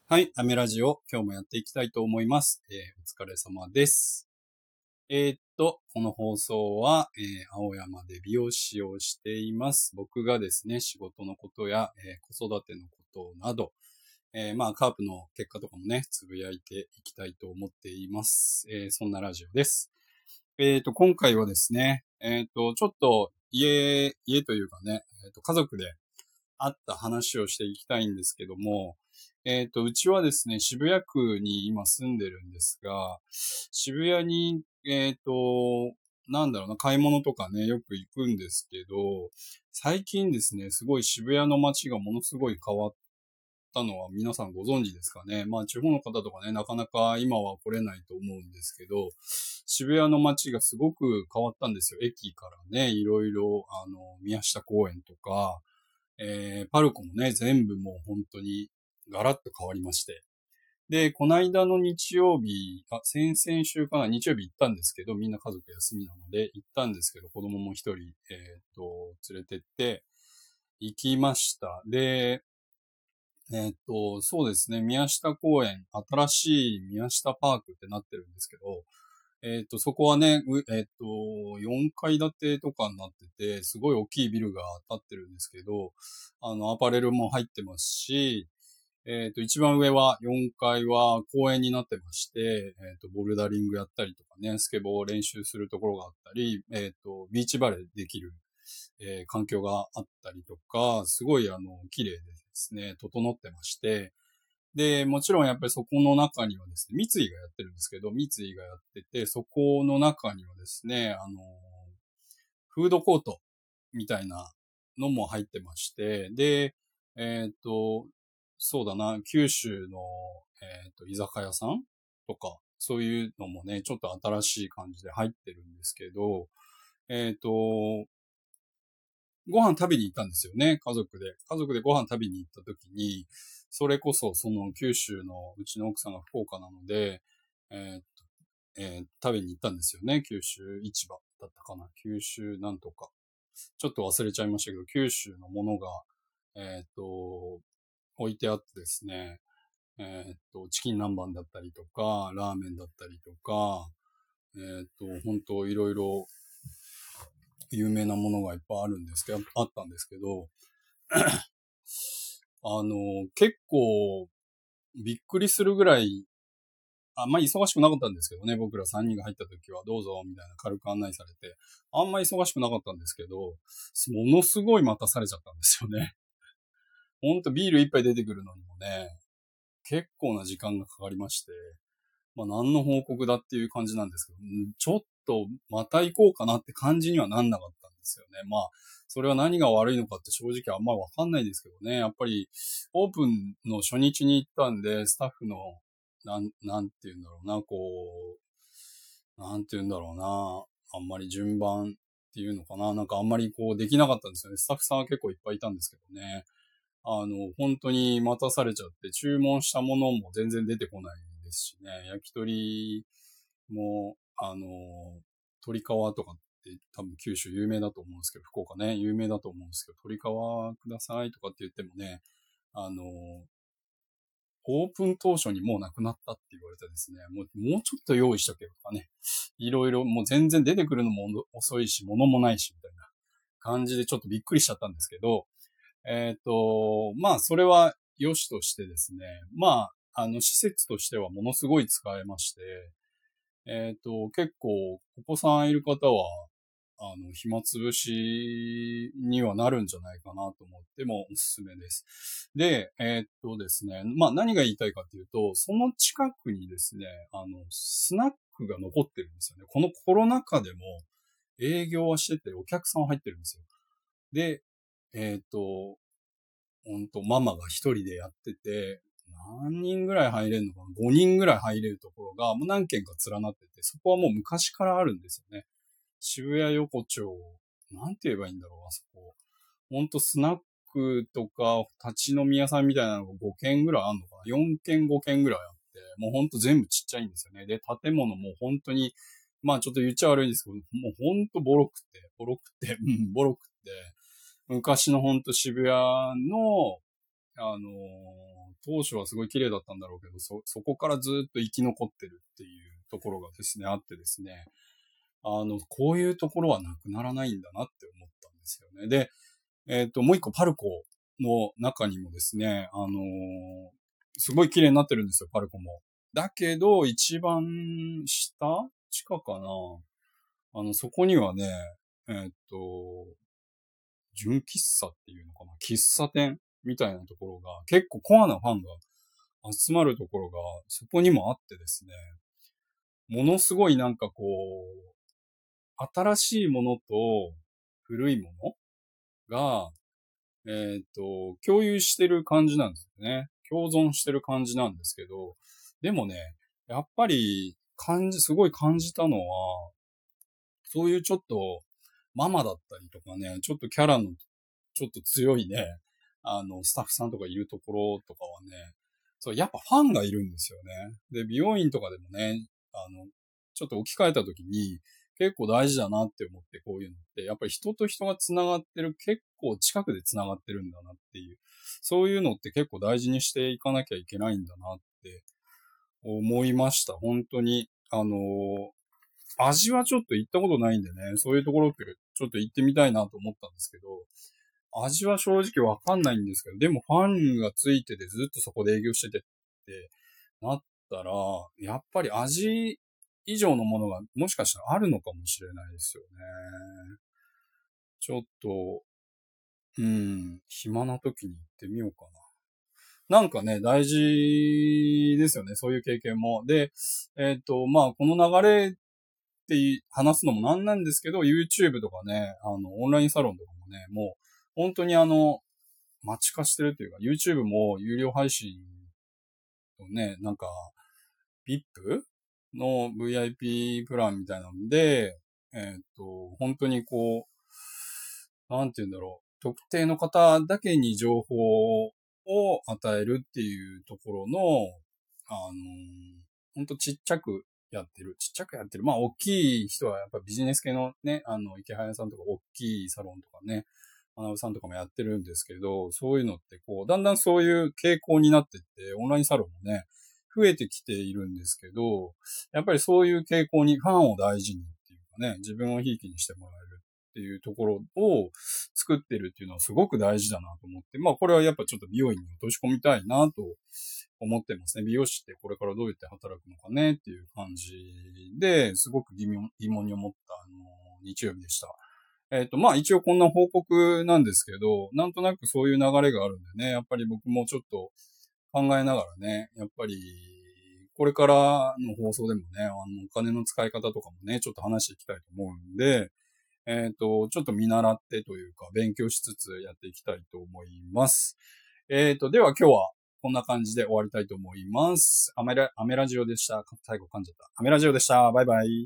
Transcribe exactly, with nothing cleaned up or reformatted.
はい、アメラジオ、今日もやっていきたいと思います。えーお疲れ様です。えーっと、この放送は、えー青山で美容師をしています。僕がですね、仕事のことや、えー子育てのことなど、えーまあ、カープの結果とかもね、つぶやいていきたいと思っています。えーそんなラジオです。えーっと、今回はですね、えーっと、ちょっと家、家というかね、えーっと、家族であった話をしていきたいんですけども、えっと、うちはですね、渋谷区に今住んでるんですが、渋谷に、えっと、なんだろうな、買い物とかね、よく行くんですけど、最近ですね、すごい渋谷の街がものすごい変わったのは皆さんご存知ですかね。まあ、地方の方とかね、なかなか今は来れないと思うんですけど、渋谷の街がすごく変わったんですよ。駅からね、いろいろ、あの、宮下公園とか、えー、パルコもね、全部もう本当にガラッと変わりまして。で、この間の日曜日、あ、先々週かな、日曜日行ったんですけど、みんな家族休みなので行ったんですけど、子供も一人、えっと、連れてって行きました。で、えっと、そうですね、宮下公園、新しい宮下パークってなってるんですけど、えっと、そこはね、うえっと、よんかい建てとかになってて、すごい大きいビルが建ってるんですけど、あの、アパレルも入ってますし、えっと、一番上はよんかいは公園になってまして、えっと、ボルダリングやったりとかね、スケボーを練習するところがあったり、えっと、ビーチバレーできる、えー環境があったりとか、すごいあの、綺麗でですね、整ってまして、で、もちろんやっぱりそこの中にはですね、三井がやってるんですけど、三井がやってて、そこの中にはですね、あの、フードコートみたいなのも入ってまして、で、えっと、そうだな、九州の、えっと、居酒屋さんとか、そういうのもね、ちょっと新しい感じで入ってるんですけど、えっと、ご飯食べに行ったんですよね、家族で。家族でご飯食べに行った時に、それこそその九州のうちの奥さんが福岡なので、えーっとえー食べに行ったんですよね、九州市場だったかな。九州なんとか。ちょっと忘れちゃいましたけど、九州のものが、えーっと、置いてあってですね、えーっと、チキン南蛮だったりとか、ラーメンだったりとか、えーっと、本当いろいろ有名なものがいっぱいあるんですけど、あったんですけど、あの、結構びっくりするぐらい、あんまり忙しくなかったんですけどね、僕らさんにんが入った時はどうぞ、みたいな軽く案内されて、あんまり忙しくなかったんですけど、ものすごい待たされちゃったんですよね。ほんとビール一杯出てくるのにもね、結構な時間がかかりまして、まあ何の報告だっていう感じなんですけど、ちょっとまた行こうかなって感じにはなんなかったんですよね。まあ、それは何が悪いのかって正直あんまりわかんないですけどね。やっぱりオープンの初日に行ったんで、スタッフの、なん、なんて言うんだろうな、こう、なんて言うんだろうな、あんまり順番っていうのかな。なんかあんまりこうできなかったんですよね。スタッフさんは結構いっぱいいたんですけどね。あの、本当に待たされちゃって、注文したものも全然出てこないですしね。焼き鳥も、あの、鶏皮とかって多分九州有名だと思うんですけど、福岡ね、有名だと思うんですけど、鶏皮くださいとかって言ってもね、あの、オープン当初にもうなくなったって言われてですね、もう、もうちょっと用意しとけよとかね、いろいろもう全然出てくるのも遅いし、物もないし、みたいな感じでちょっとびっくりしちゃったんですけど、えっと、まあ、それは良しとしてですね、まあ、あの、施設としてはものすごい使えまして、えっと、結構、お子さんいる方は、あの、暇つぶしにはなるんじゃないかなと思ってもおすすめです。で、えっとですね、まあ何が言いたいかというと、その近くにですね、あの、スナックが残ってるんですよね。このコロナ禍でも営業はしててお客さんは入ってるんですよ。で、えっと、ほんと、ママが一人でやってて、何人ぐらい入れるのかな ?ご 人ぐらい入れるところが、もう何軒か連なってて、そこはもう昔からあるんですよね。渋谷横丁、なんて言えばいいんだろう、あそこ。ほんとスナックとか、立ち飲み屋さんみたいなのがご軒ぐらいあるのかな ?よん 軒ご軒ぐらいあって、もうほんと全部ちっちゃいんですよね。で、建物も本当に、まあちょっと言っちゃ悪いんですけど、もうほんとボロくて、ボロくて、うん、ボロくて、昔のほんと渋谷の、あの当初はすごい綺麗だったんだろうけど、そ、そこからずっと生き残ってるっていうところがですね、あってですね、あの、こういうところはなくならないんだなって思ったんですよね。で、えっと、もう一個パルコの中にもですね、あのーすごい綺麗になってるんですよ、パルコも。だけど、一番下地下かなあの、そこにはね、えっと、純喫茶っていうのかな喫茶店みたいなところが、結構コアなファンが集まるところが、そこにもあってですね、ものすごいなんかこう、新しいものと古いものが、えっと、共有してる感じなんですよね。共存してる感じなんですけど、でもね、やっぱり感じ、すごい感じたのは、そういうちょっとママだったりとかね、ちょっとキャラのちょっと強いね、あの、スタッフさんとかいるところとかはね、そう、やっぱファンがいるんですよね。で、美容院とかでもね、あの、ちょっと置き換えた時に、結構大事だなって思って、こういうのって、やっぱり人と人が繋がってる、結構近くで繋がってるんだなっていう、そういうのって結構大事にしていかなきゃいけないんだなって思いました。本当に。あの味はちょっと行ったことないんでね、そういうところってちょっと行ってみたいなと思ったんですけど、味は正直わかんないんですけど、でもファンがついててずっとそこで営業しててってなったら、やっぱり味以上のものがもしかしたらあるのかもしれないですよね。ちょっと、うん、暇な時に行ってみようかな。なんかね、大事ですよね、そういう経験も。で、えっと、まあ、この流れって話すのもなんなんですけど、YouTube とかね、あの、オンラインサロンとかもね、もう、本当にあの、街化してるというか、YouTube も有料配信とね、なんか、ブイアイピー の ブイアイピー プランみたいなので、えっと、本当にこう、なんて言うんだろう、特定の方だけに情報を与えるっていうところの、あの、本当ちっちゃくやってる。ちっちゃくやってる。まあ、大きい人はやっぱビジネス系のね、あの、池早さんとか大きいサロンとかね、学さんとかもやってるんですけど、そういうのってこう、だんだんそういう傾向になってって、オンラインサロンもね、増えてきているんですけど、やっぱりそういう傾向にファンを大事にっていうかね、自分をひいきにしてもらえるっていうところを作ってるっていうのはすごく大事だなと思って、まあこれはやっぱちょっと美容院に落とし込みたいなと思ってますね。美容師ってこれからどうやって働くのかねっていう感じで、すごく疑問疑問に思ったあの日曜日でした。えっと、まあ一応こんな報告なんですけど、なんとなくそういう流れがあるんでね、やっぱり僕もちょっと考えながらね、やっぱり、これからの放送でもね、あの、お金の使い方とかもね、ちょっと話していきたいと思うんで、えっと、ちょっと見習ってというか、勉強しつつやっていきたいと思います。えっと、では今日はこんな感じで終わりたいと思います。アメラ、アメラジオでした。最後噛んじゃった。アメラジオでした。バイバイ。